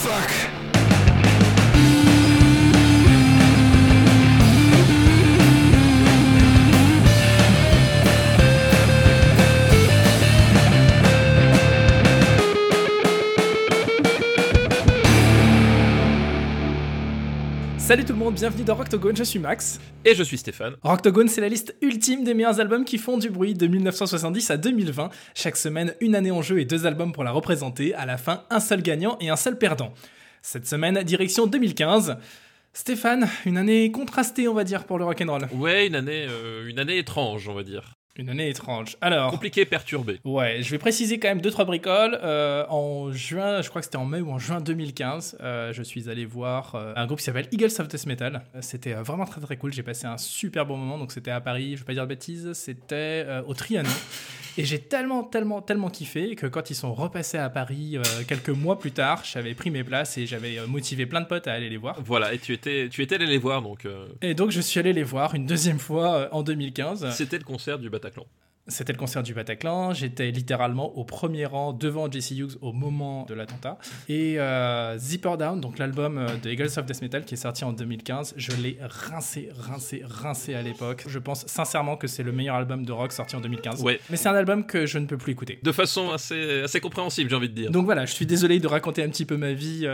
fuck. Salut tout le monde, bienvenue dans Rocktogone, je suis Max. Et je suis Stéphane. Rocktogone, c'est la liste ultime des meilleurs albums qui font du bruit de 1970 à 2020. Chaque semaine, une année en jeu et 2 albums pour la représenter. À la fin, un seul gagnant et un seul perdant. Cette semaine, direction 2015. Stéphane, une année contrastée, on va dire, pour le rock'n'roll. Ouais, une année étrange, on va dire. Une année étrange. Alors... compliquée, perturbée. Ouais, je vais préciser quand même 2-3 bricoles. En juin, je crois que c'était en mai ou en juin 2015, je suis allé voir un groupe qui s'appelle Eagles of Death Metal. C'était vraiment très très cool, j'ai passé un super bon moment, donc c'était à Paris, je vais pas dire de bêtises, c'était au Trianon. Et j'ai tellement kiffé que quand ils sont repassés à Paris quelques mois plus tard, j'avais pris mes places et j'avais motivé plein de potes à aller les voir. Voilà, et tu étais allé les voir donc. Et donc je suis allé les voir une deuxième fois en 2015. C'était le concert du Bataclan. C'était le concert du Bataclan, j'étais littéralement au premier rang devant Jesse Hughes au moment de l'attentat. Et Zipper Down, donc l'album de Eagles of Death Metal qui est sorti en 2015, je l'ai rincé à l'époque. Je pense sincèrement que c'est le meilleur album de rock sorti en 2015. Ouais. Mais c'est un album que je ne peux plus écouter. De façon assez compréhensible, j'ai envie de dire. Donc voilà, je suis désolé de raconter un petit peu ma vie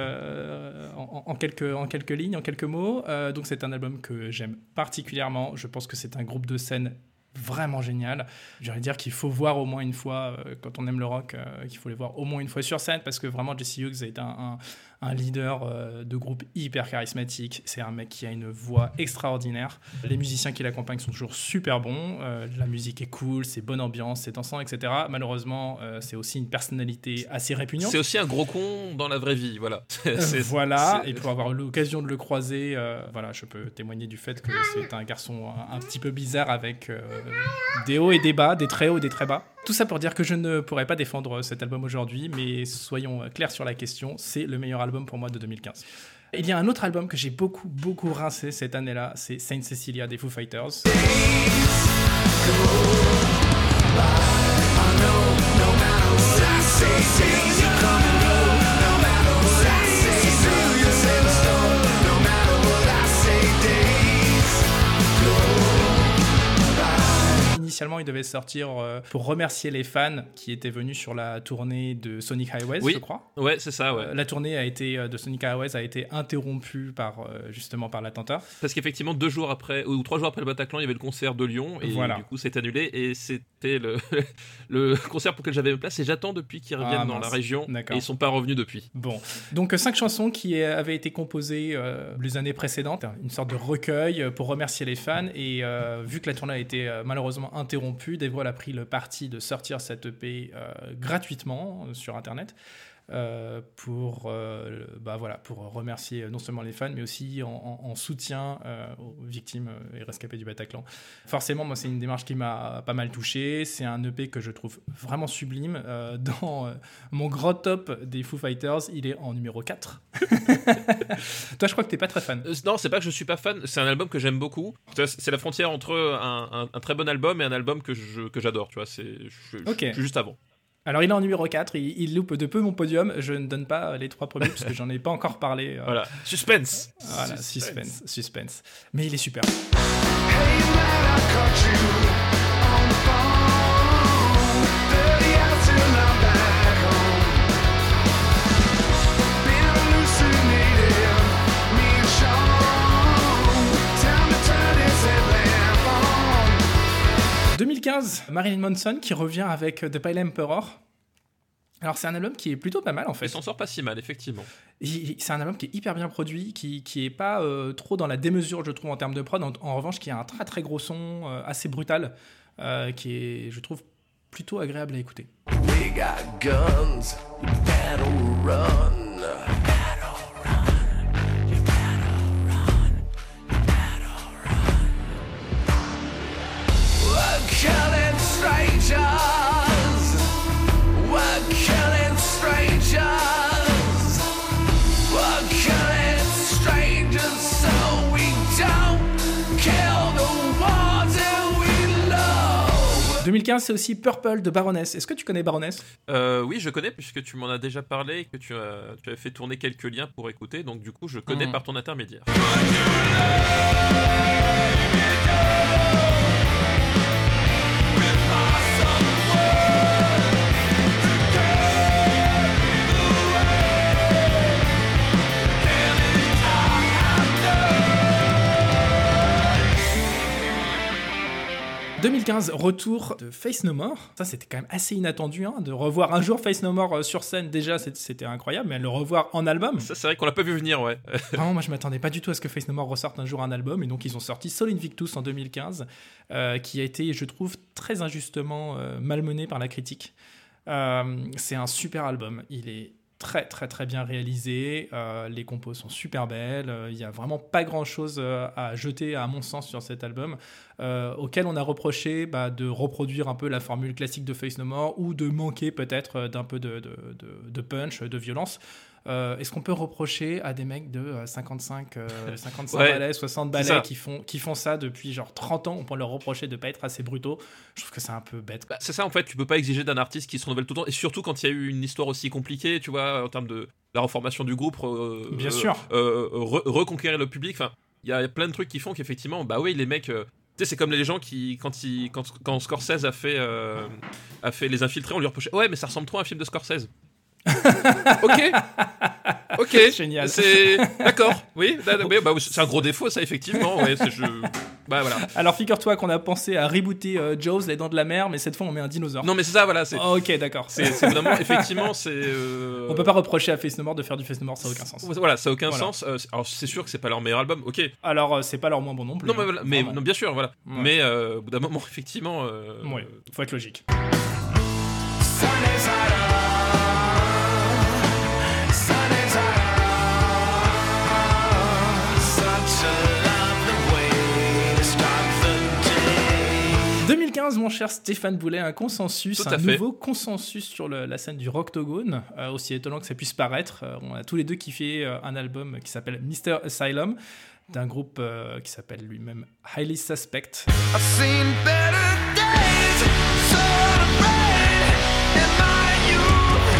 en quelques lignes, en quelques mots. Donc c'est un album que j'aime particulièrement. Je pense que c'est un groupe de scène vraiment génial. J'allais dire qu'il faut voir au moins une fois, quand on aime le rock, qu'il faut les voir au moins une fois sur scène, parce que vraiment Jesse Hughes est un leader de groupe hyper charismatique. C'est un mec qui a une voix extraordinaire. Les musiciens qui l'accompagnent sont toujours super bons. La musique est cool, c'est bonne ambiance, c'est dansant, etc. Malheureusement, c'est aussi une personnalité assez répugnante. C'est aussi un gros con dans la vraie vie, voilà. Et pour avoir l'occasion de le croiser, voilà, je peux témoigner du fait que c'est un garçon un petit peu bizarre avec des hauts et des bas, des très hauts et des très bas. Tout ça pour dire que je ne pourrais pas défendre cet album aujourd'hui, mais soyons clairs sur la question, c'est le meilleur album pour moi de 2015. Il y a un autre album que j'ai beaucoup rincé cette année-là, c'est Saint Cecilia des Foo Fighters. Initialement, il devait sortir pour remercier les fans qui étaient venus sur la tournée de Sonic Highways, oui. Je crois. Ouais, c'est ça, ouais. La tournée de Sonic Highways a été interrompue justement par l'attentat. Parce qu'effectivement, 2 jours après, ou 3 jours après le Bataclan, il y avait le concert de Lyon, et voilà. Du coup, c'est annulé, et c'était le concert pour lequel j'avais une place, et j'attends depuis qu'ils reviennent dans la région, d'accord. Et ils sont pas revenus depuis. Bon, donc 5 chansons qui avaient été composées les années précédentes, une sorte de recueil pour remercier les fans, et vu que la tournée a été malheureusement interrompue, Devrol a pris le parti de sortir cette EP gratuitement sur Internet pour remercier non seulement les fans, mais aussi en soutien aux victimes et rescapés du Bataclan. Forcément, moi, c'est une démarche qui m'a pas mal touché. C'est un EP que je trouve vraiment sublime. Dans mon gros top des Foo Fighters, il est en numéro 4. Toi, je crois que t'es pas très fan. Non, c'est pas que je suis pas fan, c'est un album que j'aime beaucoup. C'est la frontière entre un très bon album et un album que j'adore, tu vois. Je suis juste avant. Alors il est en numéro 4, il loupe de peu mon podium, je ne donne pas les 3 premiers parce que j'en ai pas encore parlé. Voilà, suspense. Voilà, suspense. Mais il est super. Hey man, I caught you on the phone. 30 hours till I'm back home. Been hallucinating, me and Sean. Time to turn this headlamp on. 2015, Marilyn Manson qui revient avec The Pale Emperor. Alors c'est un album qui est plutôt pas mal en fait. Il s'en sort pas si mal, effectivement. C'est un album qui est hyper bien produit, qui est pas trop dans la démesure, je trouve, en termes de prod. En revanche, qui a un très très gros son assez brutal, qui est, je trouve, plutôt agréable à écouter. We got guns, you better run. We're killing strangers. We're killing strangers. We're killing strangers so we don't kill the ones that we love. 2015, c'est aussi Purple de Baroness. Est-ce que tu connais Baroness ? Oui, je connais puisque tu m'en as déjà parlé et que tu avais fait tourner quelques liens pour écouter, donc du coup je connais par ton intermédiaire. 2015, retour de Faith No More. Ça, c'était quand même assez inattendu, de revoir un jour Faith No More sur scène. Déjà, c'était incroyable, mais le revoir en album. Ça, c'est vrai qu'on l'a pas vu venir, ouais. Vraiment, moi, je m'attendais pas du tout à ce que Faith No More ressorte un jour un album. Et donc, ils ont sorti Sol Invictus en 2015, qui a été, je trouve, très injustement malmené par la critique. C'est un super album. Il est très très très bien réalisé, les compos sont super belles, il n'y a vraiment pas grand chose à jeter à mon sens sur cet album, auquel on a reproché de reproduire un peu la formule classique de Faith No More ou de manquer peut-être d'un peu de punch, de violence. Est-ce qu'on peut reprocher à des mecs de 55 balais, 60 balais qui font ça depuis genre 30 ans, on peut leur reprocher de pas être assez brutaux? Je trouve que c'est un peu bête. C'est ça, en fait, tu peux pas exiger d'un artiste qui se renouvelle tout le temps, et surtout quand il y a eu une histoire aussi compliquée, tu vois, en termes de la reformation du groupe, bien sûr, reconquérir le public, enfin, il y a plein de trucs qui font qu'effectivement, oui, les mecs... tu sais, c'est comme les gens qui, quand Scorsese a fait Les Infiltrés, on lui reprochait « Ouais, mais ça ressemble trop à un film de Scorsese ». Ok, génial. D'accord, oui, c'est un gros défaut, ça, effectivement. Ouais, voilà. Alors, figure-toi qu'on a pensé à rebooter Jaws, les dents de la mer, mais cette fois on met un dinosaure. Non, mais c'est ça, voilà. Ok, d'accord. C'est vraiment, effectivement, On peut pas reprocher à Faith No More de faire du Faith No More, ça a aucun sens. Voilà, ça a aucun sens. Alors, c'est sûr que c'est pas leur meilleur album, ok. Alors, c'est pas leur moins bon non plus. Non, mais non, bien sûr, voilà. Ouais. Mais au bout d'un moment, effectivement. Oui, faut être logique. Mon cher Stéphane Boulet, un consensus, nouveau consensus sur la scène du Rocktogone, aussi étonnant que ça puisse paraître. On a tous les deux kiffé un album qui s'appelle Mr. Asylum, d'un groupe qui s'appelle lui-même Highly Suspect. I've seen better days, sort of rain in my youth.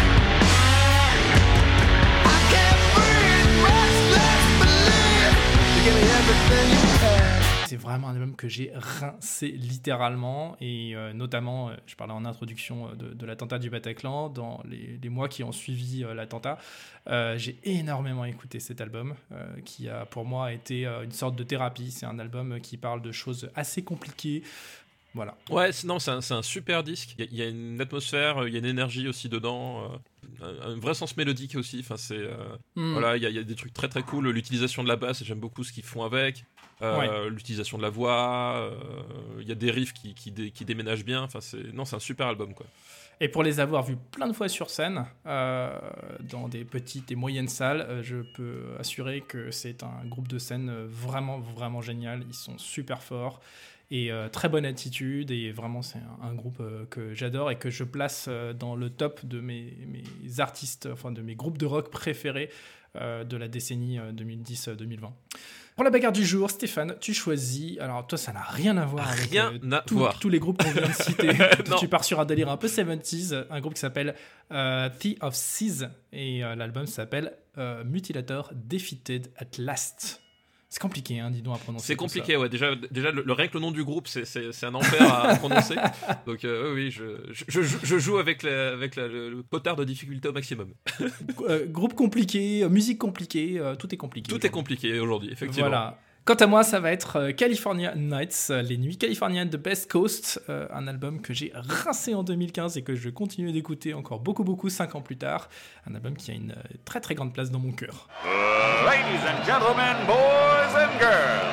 I can't breathe, restless believe. You give me everything you have. C'est vraiment un album que j'ai rincé littéralement, et notamment, je parlais en introduction de l'attentat du Bataclan, dans les mois qui ont suivi l'attentat, j'ai énormément écouté cet album, qui a pour moi été une sorte de thérapie. C'est un album qui parle de choses assez compliquées. Voilà. Ouais, c'est un super disque. Il y a une atmosphère, il y a une énergie aussi dedans, un vrai sens mélodique aussi. Enfin, voilà, il y a des trucs très très cool. L'utilisation de la basse, j'aime beaucoup ce qu'ils font avec. L'utilisation de la voix, il y a des riffs qui déménagent bien. Enfin, c'est un super album, quoi. Et pour les avoir vus plein de fois sur scène, dans des petites et moyennes salles, je peux assurer que c'est un groupe de scène vraiment, vraiment génial. Ils sont super forts et très bonne attitude. Et vraiment, c'est un groupe que j'adore et que je place dans le top de mes artistes, enfin de mes groupes de rock préférés de la décennie 2010-2020. Pour la bagarre du jour, Stéphane, tu choisis... Alors toi, ça n'a rien à voir avec tous les groupes qu'on vient de citer. Tu pars sur un délire un peu 70s, un groupe qui s'appelle The of Seas, et l'album s'appelle Mutilator Defeated at Last. C'est compliqué, dis donc, à prononcer. C'est compliqué, ouais. Déjà rien que le nom du groupe, c'est un enfer à prononcer. Donc oui, je joue avec le potard de difficulté au maximum. Groupe compliqué, musique compliquée, tout est compliqué. Tout est compliqué aujourd'hui, effectivement. Voilà. Quant à moi, ça va être California Nights, les nuits californiennes de Best Coast, un album que j'ai rincé en 2015 et que je continue d'écouter encore beaucoup 5 ans plus tard. Un album qui a une très très grande place dans mon cœur. Ladies and gentlemen, boys and girls,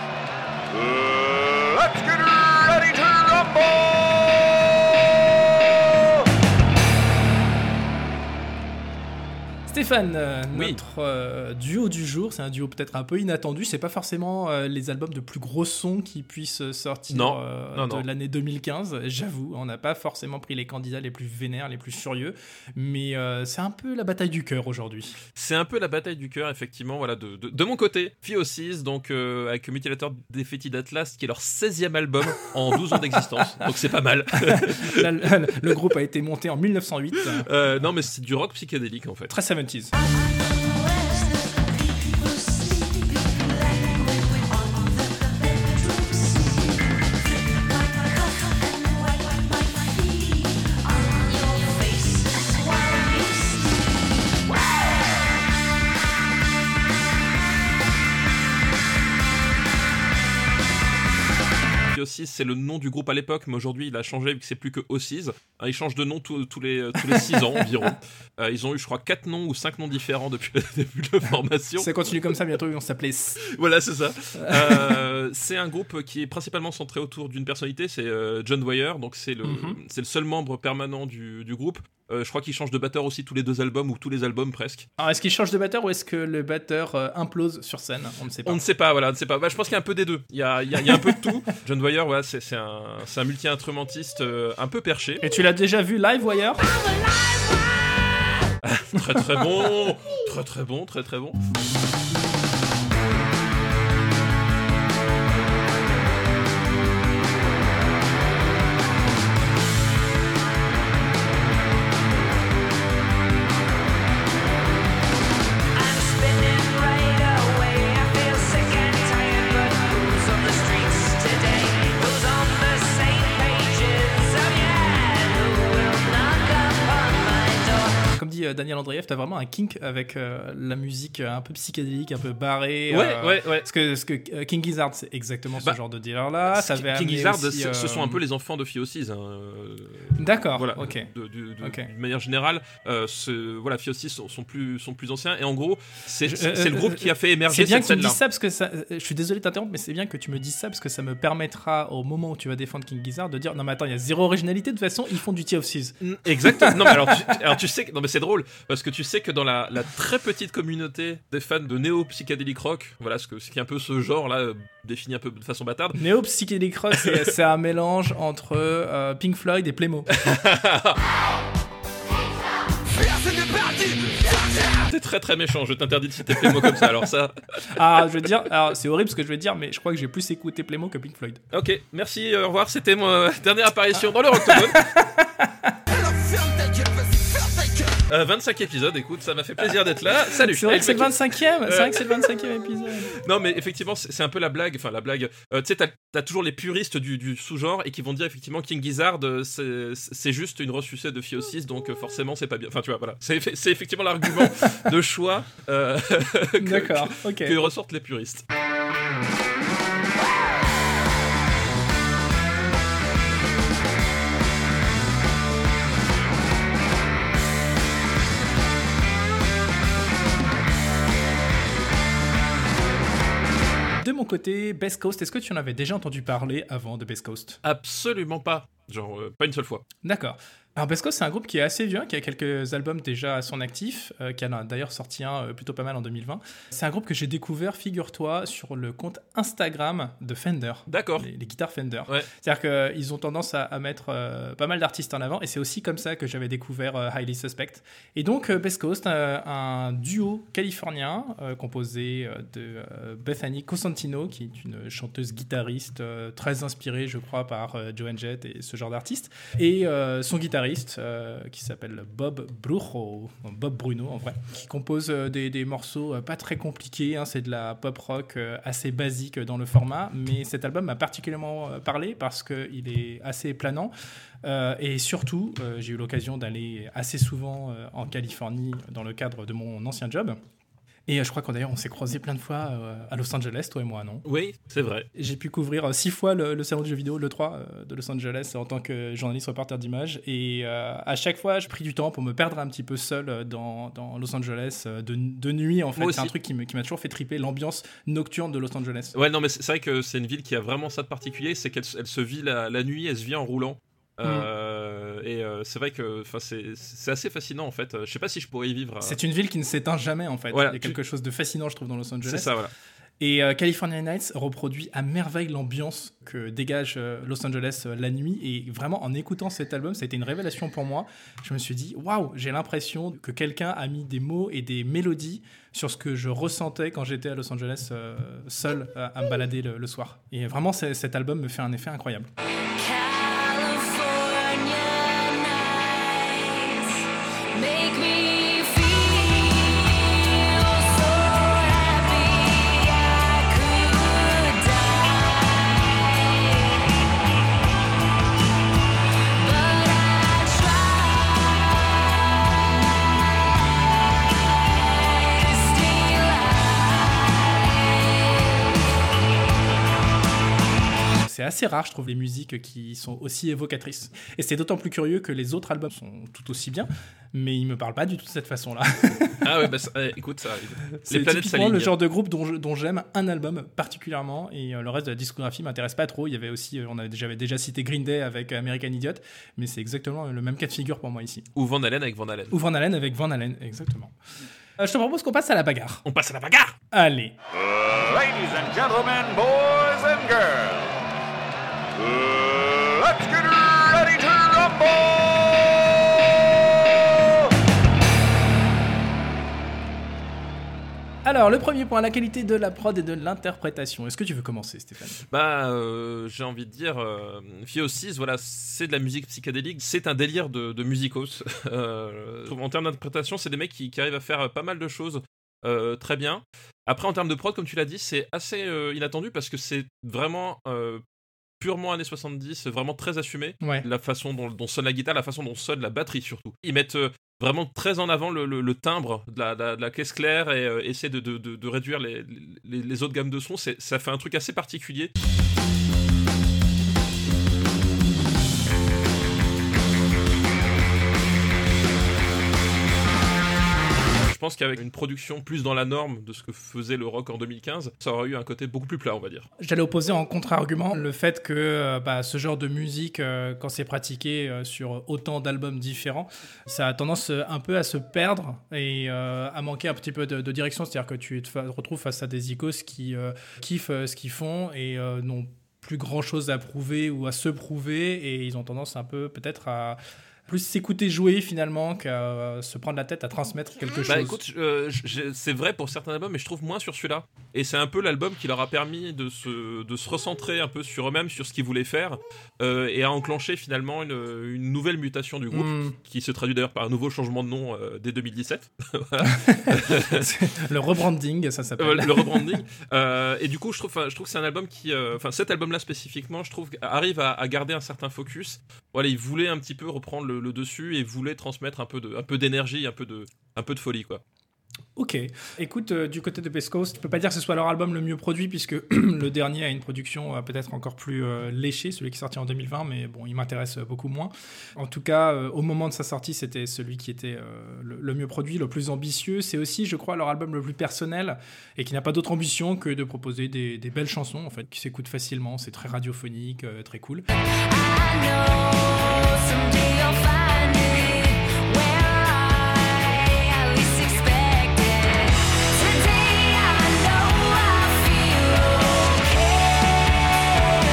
let's get ready to rumble! Stéphane, Oui. notre duo du jour, c'est un duo peut-être un peu inattendu, c'est pas forcément les albums de plus gros sons qui puissent sortir Non. de l'année 2015, j'avoue, on n'a pas forcément pris les candidats les plus vénères, les plus furieux, mais c'est un peu la bataille du cœur aujourd'hui. C'est un peu la bataille du cœur, effectivement. Voilà, de mon côté, Phiosis, donc avec Mutilator Defeated d'Atlas, qui est leur 16e album en 12 ans d'existence, donc c'est pas mal. Le groupe a été monté en 1908, Non, mais c'est du rock psychédélique en fait. très 70s. Phiosis, c'est le nom du groupe à l'époque, mais aujourd'hui il a changé vu que c'est plus que Ossies. Ils changent de nom tous les 6 ans environ. Ils ont eu, je crois, 4 noms ou 5 noms différents depuis le début de la formation. Ça continue comme ça, bientôt ils vont s'appeler... Voilà, c'est ça. C'est un groupe qui est principalement centré autour d'une personnalité, c'est John Dwyer, donc c'est le seul membre permanent du groupe. Je crois qu'il change de batteur aussi tous les 2 albums ou tous les albums presque. Alors est-ce qu'il change de batteur ou est-ce que le batteur implose sur scène? On ne sait pas. On ne sait pas, voilà, on ne sait pas. Bah, je pense qu'il y a un peu des deux. Il y a un peu de tout. John Dwyer, voilà, c'est un multi-instrumentiste un peu perché. Et tu l'as déjà vu live, Wire? Très très bon, très très bon. Comme dit Daniel Andreev, t'as vraiment un kink avec la musique un peu psychédélique, un peu barrée. Ouais. Parce que King Gizzard, c'est exactement ce genre de dealer-là. King Gizzard, ce sont un peu les enfants de Phiosis. D'accord, voilà. ok. D'une manière générale, voilà, Phiosis sont plus anciens. Et en gros, c'est le groupe qui a fait émerger cette scène-là. C'est bien que tu me cette dises ça, parce que ça, je suis désolé de t'interrompre, mais c'est bien que tu me dises ça, parce que ça me permettra, au moment où tu vas défendre King Gizzard, de dire non mais attends, il y a zéro originalité, de toute façon, ils font du TLCs. Exactement. Non, mais alors tu sais que, non mais c'est drôle parce que tu sais que dans la très petite communauté des fans de néo psychédélique rock, voilà ce qui est un peu ce genre là défini un peu de façon bâtarde. Néo psychédélique rock, c'est un mélange entre Pink Floyd et Playmo. T'es très très méchant, je t'interdis de citer Playmo comme ça, alors ça... Ah, je veux dire, alors c'est horrible ce que je veux dire, mais je crois que j'ai plus écouté Playmo que Pink Floyd. Ok, merci, au revoir, c'était ma dernière apparition dans le Rock'n'Roll. 25 épisodes, écoute, ça m'a fait plaisir d'être là. Salut. C'est vrai que c'est le 25e, c'est vrai que c'est le 25e épisode. Non, mais effectivement, c'est un peu la blague. Enfin, la blague. Tu sais, t'as toujours les puristes du sous-genre et qui vont dire effectivement King Gizzard, c'est juste une ressucée de Phiosis, donc forcément, c'est pas bien. Enfin, tu vois, voilà. C'est effectivement l'argument de choix D'accord, ok. que ressortent les puristes. De mon côté, Best Coast, est-ce que tu en avais déjà entendu parler avant de Best Coast? Absolument pas. Genre, pas une seule fois. D'accord. Alors Best Coast, c'est un groupe qui est assez vieux, qui a quelques albums déjà à son actif, qui en a d'ailleurs sorti un plutôt pas mal en 2020. C'est un groupe que j'ai découvert, figure-toi, sur le compte Instagram de Fender. D'accord. Les guitares Fender. Ouais. C'est-à-dire qu'ils ont tendance à mettre pas mal d'artistes en avant, et c'est aussi comme ça que j'avais découvert Highly Suspect. Et donc Best Coast, un duo californien composé de Bethany Cosentino, qui est une chanteuse guitariste très inspirée, je crois, par Joan Jett et ce genre d'artiste, et son guitariste qui s'appelle Bob Bruno en vrai, qui compose des morceaux pas très compliqués, hein, c'est de la pop rock assez basique dans le format, mais cet album m'a particulièrement parlé parce qu'il est assez planant et surtout j'ai eu l'occasion d'aller assez souvent en Californie dans le cadre de mon ancien job. Et je crois qu'on d'ailleurs on s'est croisés plein de fois à Los Angeles, toi et moi, non? Oui, c'est vrai. J'ai pu couvrir 6 fois le salon du jeu vidéo, l'E3 de Los Angeles en tant que journaliste reporter d'images. Et à chaque fois, j'ai pris du temps pour me perdre un petit peu seul dans Los Angeles de nuit. En fait, c'est un truc qui m'a toujours fait triper, l'ambiance nocturne de Los Angeles. Ouais, non, mais c'est vrai que c'est une ville qui a vraiment ça de particulier, c'est qu'elle se vit la nuit, elle se vit en roulant. c'est vrai que c'est assez fascinant en fait. Je sais pas si je pourrais y vivre. C'est une ville qui ne s'éteint jamais en fait. Voilà, il y a quelque chose de fascinant je trouve dans Los Angeles. C'est ça, voilà. Et California Nights reproduit à merveille l'ambiance que dégage Los Angeles la nuit. Et vraiment, en écoutant cet album, ça a été une révélation pour moi. Je me suis dit, waouh, j'ai l'impression que quelqu'un a mis des mots et des mélodies sur ce que je ressentais quand j'étais à Los Angeles seul à me balader le soir. Et vraiment, cet album me fait un effet incroyable. California nights make me C'est assez rare, je trouve, les musiques qui sont aussi évocatrices. Et c'est d'autant plus curieux que les autres albums sont tout aussi bien, mais ils me parlent pas du tout de cette façon-là. Ah ouais, bah écoute, ça arrive. C'est typiquement le genre de groupe dont j'aime un album particulièrement, et le reste de la discographie m'intéresse pas trop. Il y avait aussi, j'avais déjà cité Green Day avec American Idiot, mais c'est exactement le même cas de figure pour moi ici. Ou Van Halen avec Van Halen. Ou Van Halen avec Van Halen, exactement. Je te propose qu'on passe à la bagarre. On passe à la bagarre. Allez. Ladies and gentlemen, boys and girls, let's get ready to rumble! Alors, le premier point, la qualité de la prod et de l'interprétation. Est-ce que tu veux commencer, Stéphane ? J'ai envie de dire, Theosis, voilà, c'est de la musique psychédélique, c'est un délire de musicos. En termes d'interprétation, c'est des mecs qui arrivent à faire pas mal de choses très bien. Après, en termes de prod, comme tu l'as dit, c'est assez inattendu parce que c'est vraiment purement années 70, vraiment très assumé. Ouais. La façon dont sonne la guitare, la façon dont sonne la batterie surtout. Ils mettent vraiment très en avant le timbre de la caisse claire et essaient de réduire les autres gammes de sons. Ça fait un truc assez particulier. Je pense qu'avec une production plus dans la norme de ce que faisait le rock en 2015, ça aurait eu un côté beaucoup plus plat, on va dire. J'allais opposer en contre-argument le fait que ce genre de musique, quand c'est pratiqué sur autant d'albums différents, ça a tendance un peu à se perdre et à manquer un petit peu de direction. C'est-à-dire que tu te retrouves face à des icos qui kiffent ce qu'ils font et n'ont plus grand-chose à prouver ou à se prouver, et ils ont tendance un peu peut-être à plus s'écouter jouer finalement qu'à se prendre la tête à transmettre quelque chose. Écoute, c'est vrai pour certains albums, mais je trouve moins sur celui-là. Et c'est un peu l'album qui leur a permis de se recentrer un peu sur eux-mêmes, sur ce qu'ils voulaient faire, et à enclencher finalement une nouvelle mutation du groupe, qui se traduit d'ailleurs par un nouveau changement de nom dès 2017. Le rebranding, ça s'appelle. Le rebranding. Et du coup, je trouve que c'est un album qui, cet album-là spécifiquement, je trouve arrive à garder un certain focus. Voilà, il voulait un petit peu reprendre le dessus et voulait transmettre un peu d'énergie, un peu de folie, quoi. Ok. Écoute, du côté de Best Coast, je peux pas dire que ce soit leur album le mieux produit, puisque le dernier a une production peut-être encore plus léchée, celui qui est sorti en 2020, mais bon, il m'intéresse beaucoup moins. En tout cas, au moment de sa sortie, c'était celui qui était le mieux produit, le plus ambitieux. C'est aussi, je crois, leur album le plus personnel et qui n'a pas d'autre ambition que de proposer des belles chansons, en fait, qui s'écoutent facilement. C'est très radiophonique, très cool. I know someday you'll find it where I at least expect it. Today I know I feel okay.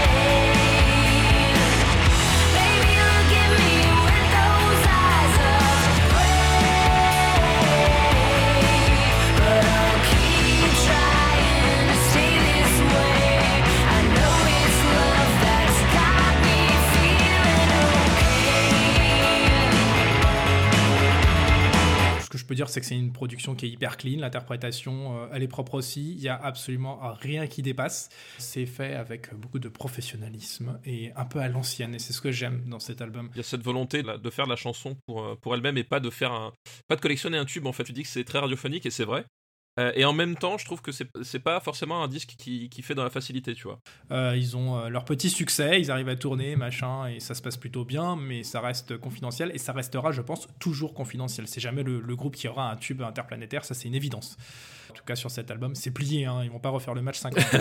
Baby, look at me with those eyes of gray. But I'll keep trying to stay this way. I know it's love that's got me feeling okay. Ce que je peux dire, c'est que c'est une production qui est hyper clean, l'interprétation, elle est propre aussi, il y a absolument rien qui dépasse. C'est fait avec beaucoup de professionnalisme et un peu à l'ancienne, et c'est ce que j'aime dans cet album. Il y a cette volonté là, de faire de la chanson pour elle-même et pas de collectionner un tube, en fait. Tu dis que c'est très radiophonique, et c'est vrai. Et en même temps, je trouve que c'est pas forcément un disque qui fait dans la facilité, tu vois. Ils ont leur petit succès, ils arrivent à tourner, machin, et ça se passe plutôt bien, mais ça reste confidentiel, et ça restera, je pense, toujours confidentiel. C'est jamais le groupe qui aura un tube interplanétaire, ça c'est une évidence. En tout cas, sur cet album, c'est plié, hein, ils vont pas refaire le match 50. You've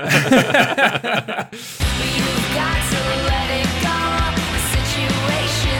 got to let it go. The situation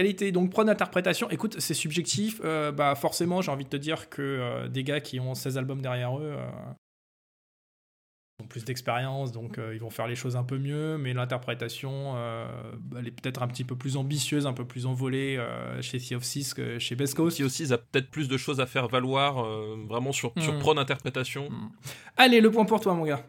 l'originalité. Donc prod interprétation, écoute, c'est subjectif. Bah forcément, j'ai envie de te dire que des gars qui ont 16 albums derrière eux ont plus d'expérience, donc ils vont faire les choses un peu mieux, mais l'interprétation, elle est peut-être un petit peu plus ambitieuse, un peu plus envolée chez Sea of Thieves que chez Best Coast. Sea of Thieves a peut-être plus de choses à faire valoir vraiment sur prod interprétation. Allez, le point pour toi, mon gars.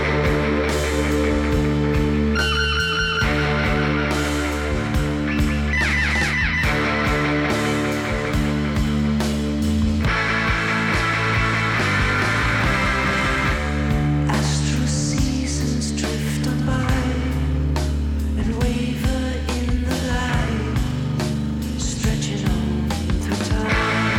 Astral seasons drift on by and waver in the light, stretching on through time.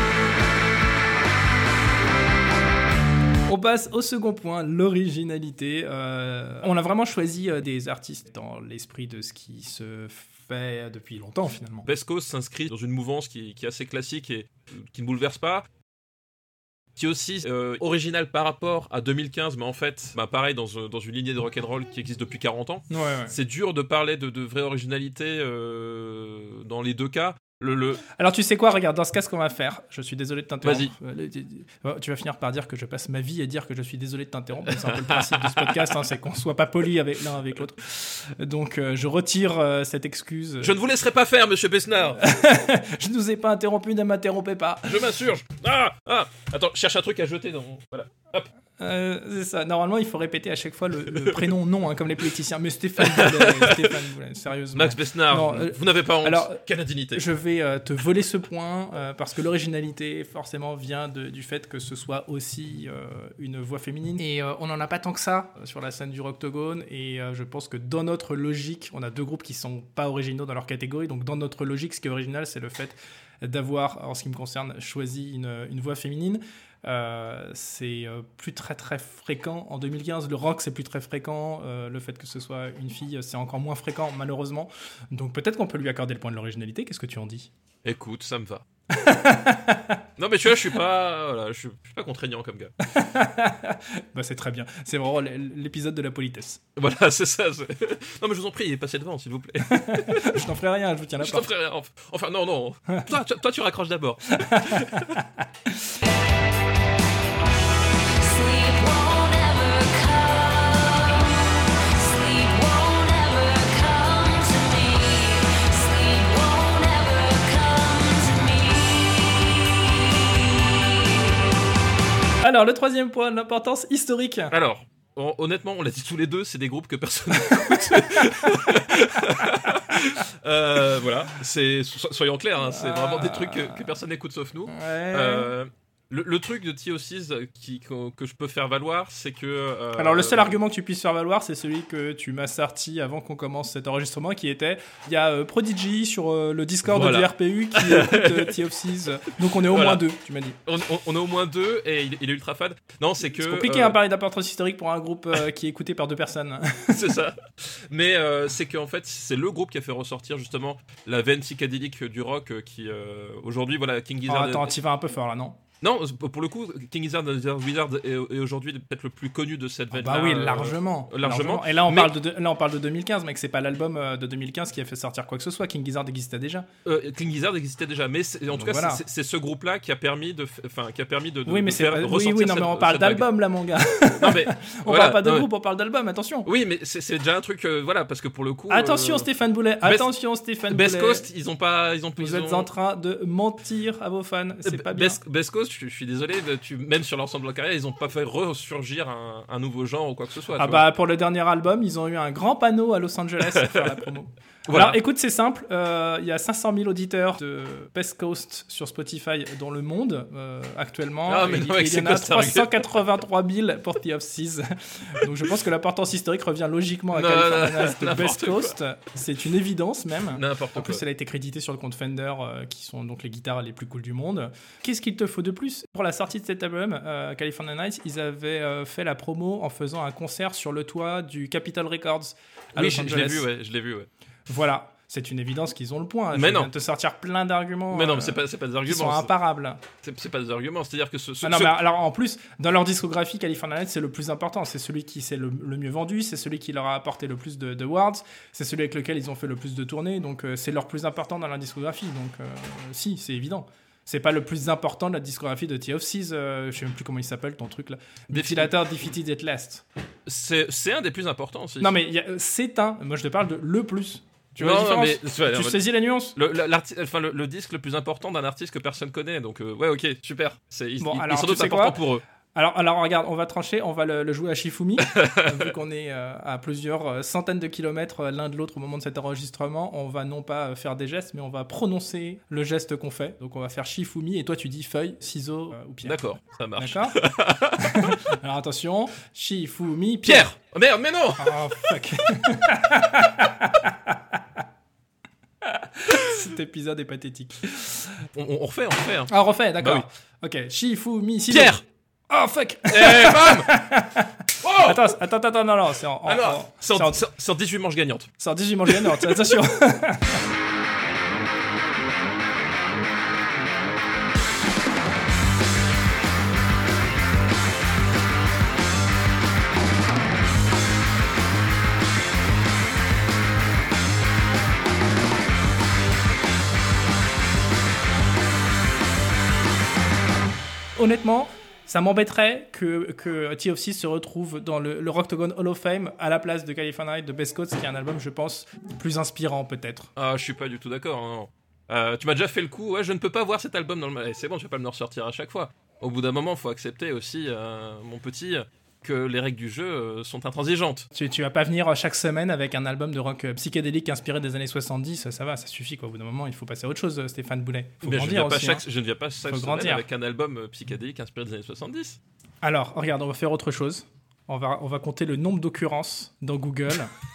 On passe au second point, l'originalité. On a vraiment choisi des artistes dans l'esprit de ce qui se fait depuis longtemps, finalement. Best Coast s'inscrit dans une mouvance qui est assez classique et qui ne bouleverse pas, qui est aussi original par rapport à 2015, mais en fait, pareil, dans une lignée de rock'n'roll qui existe depuis 40 ans. Ouais. C'est dur de parler de vraie originalité dans les deux cas. Alors tu sais quoi, regarde, dans ce cas, ce qu'on va faire, je suis désolé de t'interrompre. Vas-y. Tu vas finir par dire que je passe ma vie à dire que je suis désolé de t'interrompre. C'est un peu le principe de ce podcast, hein, c'est qu'on soit pas poli avec l'un avec l'autre. Donc je retire cette excuse. Je ne vous laisserai pas faire, monsieur Besnard. Je ne vous ai pas interrompu, ne m'interrompez pas. Je m'insurge. Attends, cherche un truc à jeter dans... Voilà. Hop. C'est ça. Normalement, il faut répéter à chaque fois le prénom non, hein, comme les politiciens. Mais Stéphane Boulet, sérieusement. Max Besnard, Non, vous n'avez pas honte. alors, Quelle indignité. Je vais te voler ce point parce que l'originalité, forcément, vient du fait que ce soit aussi une voix féminine. Et on n'en a pas tant que ça sur la scène du Rocktogone. Et je pense que dans notre logique, on a deux groupes qui sont pas originaux dans leur catégorie. Donc, dans notre logique, ce qui est original, c'est le fait d'avoir, en ce qui me concerne, choisi une voix féminine. C'est plus très très fréquent en 2015. Le rock, c'est plus très fréquent. Le fait que ce soit une fille, c'est encore moins fréquent, malheureusement. Donc peut-être qu'on peut lui accorder le point de l'originalité. Qu'est-ce que tu en dis ? Écoute, ça me va. Non mais tu vois, je suis pas contraignant comme gars. Bah c'est très bien. C'est vraiment l'épisode de la politesse. Voilà, c'est ça. Non mais je vous en prie, passez devant, s'il vous plaît. Je t'en ferai rien, je vous tiens la Je t'en porte. ferai rien. Enfin, non. Toi, tu raccroches d'abord. Sleep won't ever come. Sleep won't ever come to me. Sleep won't ever come to me. Alors le troisième point, l'importance historique. Alors, honnêtement, on l'a dit tous les deux, c'est des groupes que personne n'écoute. Voilà, soyons clairs, hein, c'est vraiment des trucs que personne n'écoute sauf nous. Ouais. Le truc de TOCs que je peux faire valoir, c'est que... Alors le seul argument que tu puisses faire valoir, c'est celui que tu m'as sorti avant qu'on commence cet enregistrement, qui était, il y a Prodigy sur le Discord Voilà. du RPU qui écoute TOCs. Donc on est au Voilà. moins deux, tu m'as dit. On est au moins deux et il est ultra fan. Non, c'est que... C'est compliqué à parler d'importance historique pour un groupe qui est écouté par deux personnes. C'est ça. Mais c'est qu'en fait, c'est le groupe qui a fait ressortir justement la veine psychédélique du rock qui, aujourd'hui, voilà, King Oh, Gizzard... attends, t'y vas un peu fort là, non ? Non, pour le coup, King Gizzard and Wizard est aujourd'hui peut-être le plus connu de cette veine-là. Bah oui, largement. largement. Et là, on Mais- parle de 2015, mec, c'est pas l'album de 2015 qui a fait sortir quoi que ce soit. King Gizzard existait déjà. King Gizzard existait déjà, mais en tout cas, voilà. c'est ce groupe-là qui a permis de Oui, mais c'est faire ressortir oui, non, mais on parle cette vague. d'album là, mon gars. Non, mais On voilà, parle pas de non, groupe, on parle d'album, attention. Oui, mais c'est déjà un truc, voilà, parce que pour le coup. Attention, Stéphane Boulet. Attention, Stéphane Best Boulet. Coast, ils ont pas, Vous êtes en train de mentir à vos fans. C'est pas bien. Best Coast, je suis désolé, même sur l'ensemble de la carrière, ils ont pas fait ressurgir un nouveau genre ou quoi que ce soit. Ah tu vois. bah pour le dernier album, ils ont eu un grand panneau à Los Angeles pour faire la promo. Voilà. Alors écoute, c'est simple, il y a 500 000 auditeurs de Best Coast sur Spotify dans le monde actuellement. Ah, mais Et non, mec, il y c'est en a quoi cette argument 383 000 pour The Of-Seas. Donc je pense que l'importance historique revient logiquement à Non, California non, de n'importe Best quoi. Coast. C'est une évidence même. N'importe En quoi. plus, elle a été créditée sur le compte Fender, qui sont donc les guitares les plus cool du monde. Qu'est-ce qu'il te faut de plus ? Pour la sortie de cet album, California Nights, ils avaient fait la promo en faisant un concert sur le toit du Capitol Records à Oui, Los je Angeles. l'ai vu, ouais. Voilà. C'est une évidence qu'ils ont le point. Mais Je non. viens de te sortir plein d'arguments. Mais non, mais c'est pas des qui arguments. sont imparables. C'est pas des arguments. C'est-à-dire que Ah non, mais alors en plus, dans leur discographie, California Nights, c'est le plus important. C'est celui qui s'est le mieux vendu, c'est celui qui leur a apporté le plus de awards, c'est celui avec lequel ils ont fait le plus de tournées, donc c'est leur plus important dans leur discographie. Donc si, c'est évident. C'est pas le plus important de la discographie de Tea of Seas, je sais même plus comment il s'appelle ton truc là. Mutilator Defeated at Last. C'est un des plus importants aussi. Non mais c'est un, moi je te parle de le plus. Tu vois Non, la non, différence mais- Tu saisis la nuance le disque le plus important d'un artiste que personne connaît, donc ouais, ok, super. Il Bon, est alors, sans tu doute sais important quoi pour eux. Alors regarde, on va trancher, on va le jouer à Shifumi, vu qu'on est à plusieurs centaines de kilomètres l'un de l'autre au moment de cet enregistrement. On va non pas faire des gestes, mais on va prononcer le geste qu'on fait. Donc on va faire Shifumi, et toi tu dis feuille, ciseaux ou pierre. D'accord, ça marche. D'accord. Alors attention, Shifumi, Pierre. Oh, merde, mais non. Oh fuck. Cet épisode est pathétique. On refait, hein. Ah, on refait, d'accord. Bah Ok, Shifumi, ciseaux. Pierre. Oh fuck. Eh, bam. Oh. Attends, non, c'est en... Alors, c'est en 18 manches gagnantes. C'est en 18 manches gagnantes, attention. Honnêtement, ça m'embêterait que Tea of Seas se retrouve dans le Rocktogone Hall of Fame à la place de California Night de Best Coats, qui est un album, je pense, plus inspirant peut-être. Ah, je suis pas du tout d'accord. Non. Tu m'as déjà fait le coup. Ouais, je ne peux pas voir cet album dans le. C'est bon, tu vas pas me le ressortir à chaque fois. Au bout d'un moment, faut accepter aussi, mon petit, que les règles du jeu sont intransigeantes. Tu vas pas venir chaque semaine avec un album de rock psychédélique inspiré des années 70, ça va, ça suffit quoi. Au bout d'un moment, il faut passer à autre chose, Stéphane Boulet. Faut Mais grandir aussi. je ne viens pas chaque Faut semaine grandir. avec un album psychédélique inspiré des années 70. Alors, regarde, on va faire autre chose. On va compter le nombre d'occurrences dans Google.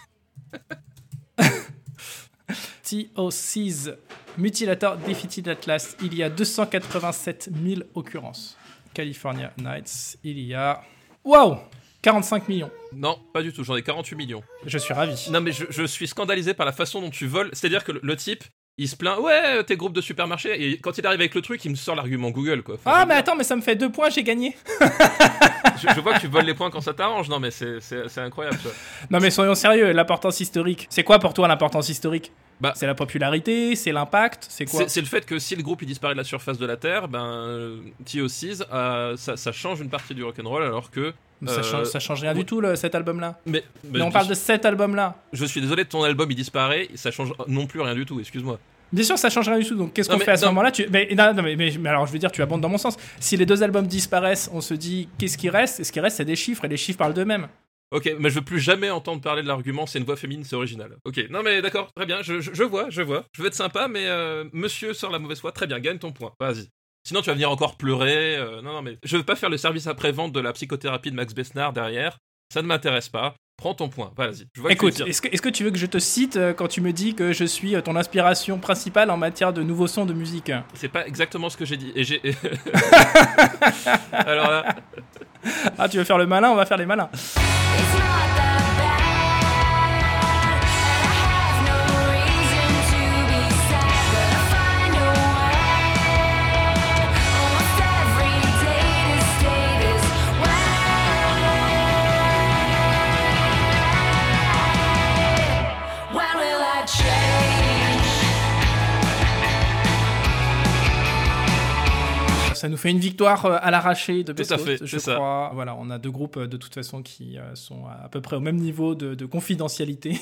Tea of Seas Mutilator Defeated at Last, il y a 287 000 occurrences. California Nights, il y a... Waouh 45 millions. Non, pas du tout, j'en ai 48 millions. Je suis ravi. Non, mais je suis scandalisé par la façon dont tu voles. C'est-à-dire que le type, il se plaint, ouais, tes groupes de supermarché. Et quand il arrive avec le truc, il me sort l'argument Google, quoi. Enfin, Ah, mais attends, mais ça me fait 2 points, j'ai gagné. je vois que tu voles les points quand ça t'arrange. Non, mais c'est incroyable, ça. Non, mais soyons sérieux, l'importance historique. C'est quoi pour toi l'importance historique? Bah, c'est la popularité, c'est l'impact, c'est quoi? C'est le fait que si le groupe il disparaît de la surface de la Terre, ben Tea of Seas, ça change une partie du rock'n'roll, alors que Ça change rien du tout, cet album-là. Mais on parle de cet album-là. Je suis désolé, ton album il disparaît, ça change non plus rien du tout, excuse-moi. Bien sûr, ça change rien du tout. Donc, qu'est-ce Non, qu'on mais- fait à ce non. moment-là mais alors, je veux dire, tu abondes dans mon sens. Si les 2 albums disparaissent, on se dit, qu'est-ce qui reste? Et ce qui reste, c'est des chiffres, et les chiffres parlent d'eux-mêmes. Ok, mais je veux plus jamais entendre parler de l'argument, c'est une voix féminine, c'est original. Ok, non mais d'accord, très bien, je vois. Je veux être sympa, mais monsieur sort la mauvaise foi, très bien, gagne ton point, vas-y. Sinon tu vas venir encore pleurer, non mais je veux pas faire le service après-vente de la psychothérapie de Max Besnard derrière, ça ne m'intéresse pas. Prends ton point, vas-y. Je vois que Écoute, tu veux dire- est-ce que tu veux que je te cite quand tu me dis que je suis ton inspiration principale en matière de nouveaux sons de musique? C'est pas exactement ce que j'ai dit. Et j'ai. Alors là, Ah, tu veux faire le malin? On va faire les malins. It's not that bad, and I have no reason to be sad, but I find a way almost every day to stay this way. When will I change? Ça nous fait une victoire à l'arraché de Tout Best à Coast, fait, je c'est ça. crois. Voilà, on a 2 groupes de toute façon qui sont à peu près au même niveau de confidentialité.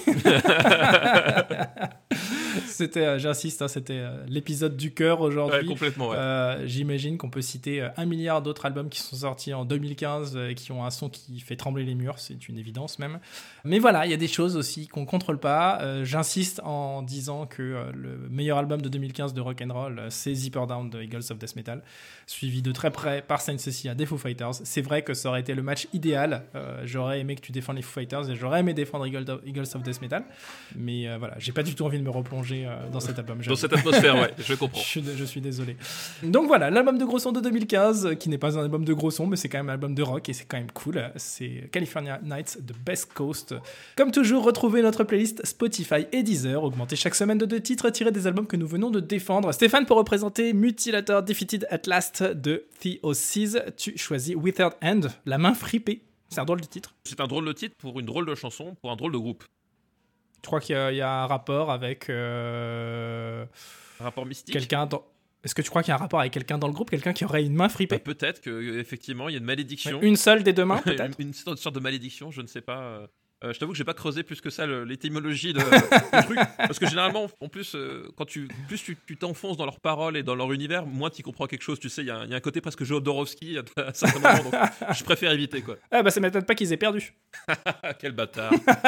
C'était, j'insiste, c'était l'épisode du cœur aujourd'hui. ouais, complètement, ouais. J'imagine qu'on peut citer 1 milliard d'autres albums qui sont sortis en 2015 et qui ont un son qui fait trembler les murs, c'est une évidence même. Mais voilà, il y a des choses aussi qu'on contrôle pas. J'insiste en disant que le meilleur album de 2015 de rock'n'roll, c'est Zipper Down de Eagles of Death Metal, suivi de très près par Saint Cecilia des Foo Fighters. C'est vrai que ça aurait été le match idéal. J'aurais aimé que tu défendes les Foo Fighters et j'aurais aimé défendre Eagles of Death Metal. Mais voilà, j'ai pas du tout envie de me replonger plongé dans cet album. Dans j'avoue. cette atmosphère, ouais, je comprends. Je suis désolé. Donc voilà, l'album de gros son de 2015, qui n'est pas un album de gros son, mais c'est quand même un album de rock et c'est quand même cool. C'est California Nights de Best Coast. Comme toujours, retrouvez notre playlist Spotify et Deezer, augmentée chaque semaine de 2 titres tirés des albums que nous venons de défendre. Stéphane, pour représenter Mutilator Defeated at Last de Theoses, tu choisis Withered Hand, la main fripée. C'est un drôle de titre. C'est un drôle de titre pour une drôle de chanson, pour un drôle de groupe. Je crois qu'il y a un rapport avec Un rapport mystique. quelqu'un dans... Est-ce que tu crois qu'il y a un rapport avec quelqu'un dans le groupe, quelqu'un qui aurait une main fripée? Peut-être qu'effectivement, il y a une malédiction. Une seule des deux mains, peut-être? une sorte de malédiction, je ne sais pas. Je t'avoue que j'ai pas creusé plus que ça l'étymologie du truc, parce que généralement, en plus, quand tu t'enfonces dans leurs paroles et dans leur univers, moins tu comprends quelque chose. Tu sais, il y a un côté presque Jodorowsky à certains moments, donc je préfère éviter, quoi. Ah bah ça m'étonne pas qu'ils aient perdu. Quel bâtard.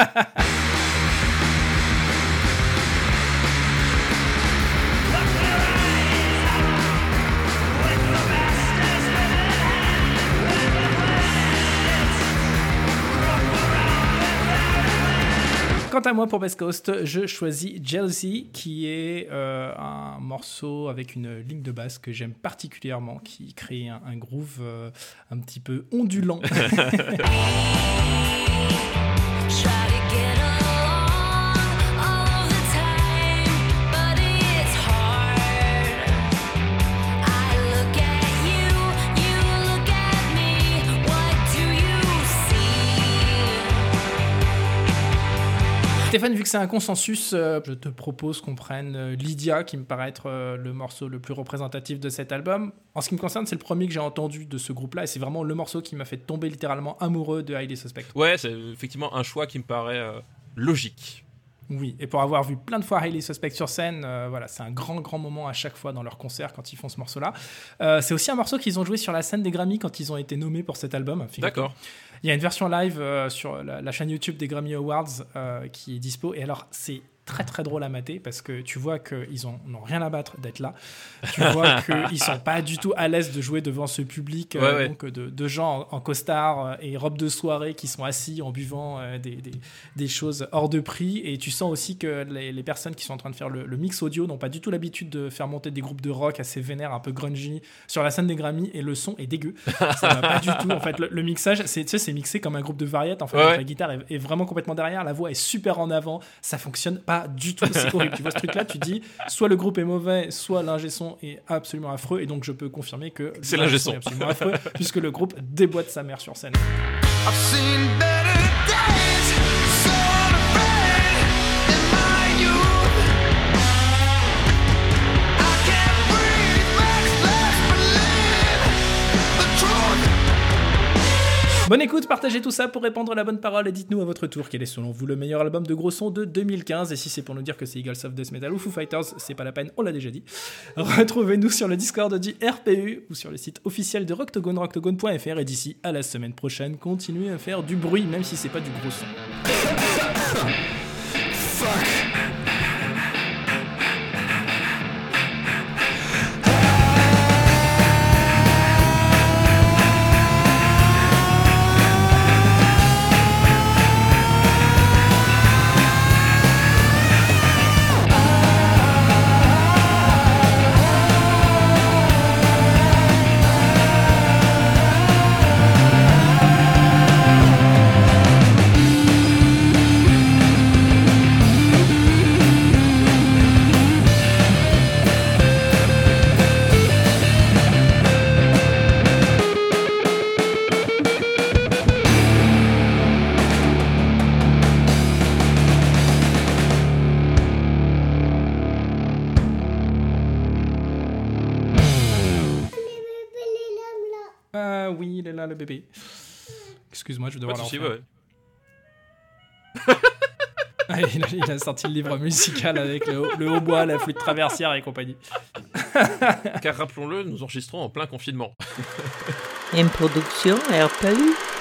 Quant à moi, pour Best Coast, je choisis Jealousy, qui est un morceau avec une ligne de basse que j'aime particulièrement, qui crée un groove un petit peu ondulant. Try to get along all the time, but it's hard. I look at you, you look at me. What do you see? Stéphane, vu que c'est un consensus, je te propose qu'on prenne Lydia, qui me paraît être le morceau le plus représentatif de cet album. En ce qui me concerne, c'est le premier que j'ai entendu de ce groupe-là, et c'est vraiment le morceau qui m'a fait tomber littéralement amoureux de Highly Suspect. Ouais, c'est effectivement un choix qui me paraît logique. Oui, et pour avoir vu plein de fois Highly Suspect sur scène, voilà, c'est un grand moment à chaque fois dans leur concert quand ils font ce morceau-là. C'est aussi un morceau qu'ils ont joué sur la scène des Grammy quand ils ont été nommés pour cet album. D'accord. Il y a une version live sur la chaîne YouTube des Grammy Awards qui est dispo, et alors c'est très drôle à mater parce que tu vois qu'ils n'ont rien à battre d'être là. Tu vois qu'ils sont pas du tout à l'aise de jouer devant ce public Ouais. donc de gens en costard et robes de soirée qui sont assis en buvant des choses hors de prix, et tu sens aussi que les personnes qui sont en train de faire le mix audio n'ont pas du tout l'habitude de faire monter des groupes de rock assez vénères, un peu grungy sur la scène des Grammy, et le son est dégueu. Ça va pas du tout. En fait, le mixage, c'est mixé comme un groupe de variétés. En fait, Ouais. la guitare est vraiment complètement derrière, la voix est super en avant, ça fonctionne pas du tout, c'est horrible. Tu vois ce truc-là, tu dis soit le groupe est mauvais, soit l'ingé son est absolument affreux, et donc je peux confirmer que C'est l'ingé son. est absolument affreux puisque le groupe déboîte sa mère sur scène. I've seen better days, so unafraid in my youth. I can't breathe, let's believe the truth. Bonne écoute, partagez tout ça pour répandre la bonne parole, et dites-nous à votre tour quel est selon vous le meilleur album de gros son de 2015, et si c'est pour nous dire que c'est Eagles of Death Metal ou Foo Fighters, c'est pas la peine, on l'a déjà dit. Retrouvez-nous sur le Discord du RPU ou sur le site officiel de Rocktogone, rocktogone.fr, et d'ici à la semaine prochaine, continuez à faire du bruit même si c'est pas du gros son. Ah oui, il est là le bébé. Excuse-moi, je vais Pas devoir de soucis, la ouais. Ah, il a sorti le livre musical avec le hautbois, la flûte traversière et compagnie. Car rappelons-le, nous enregistrons en plein confinement. Une production RPU.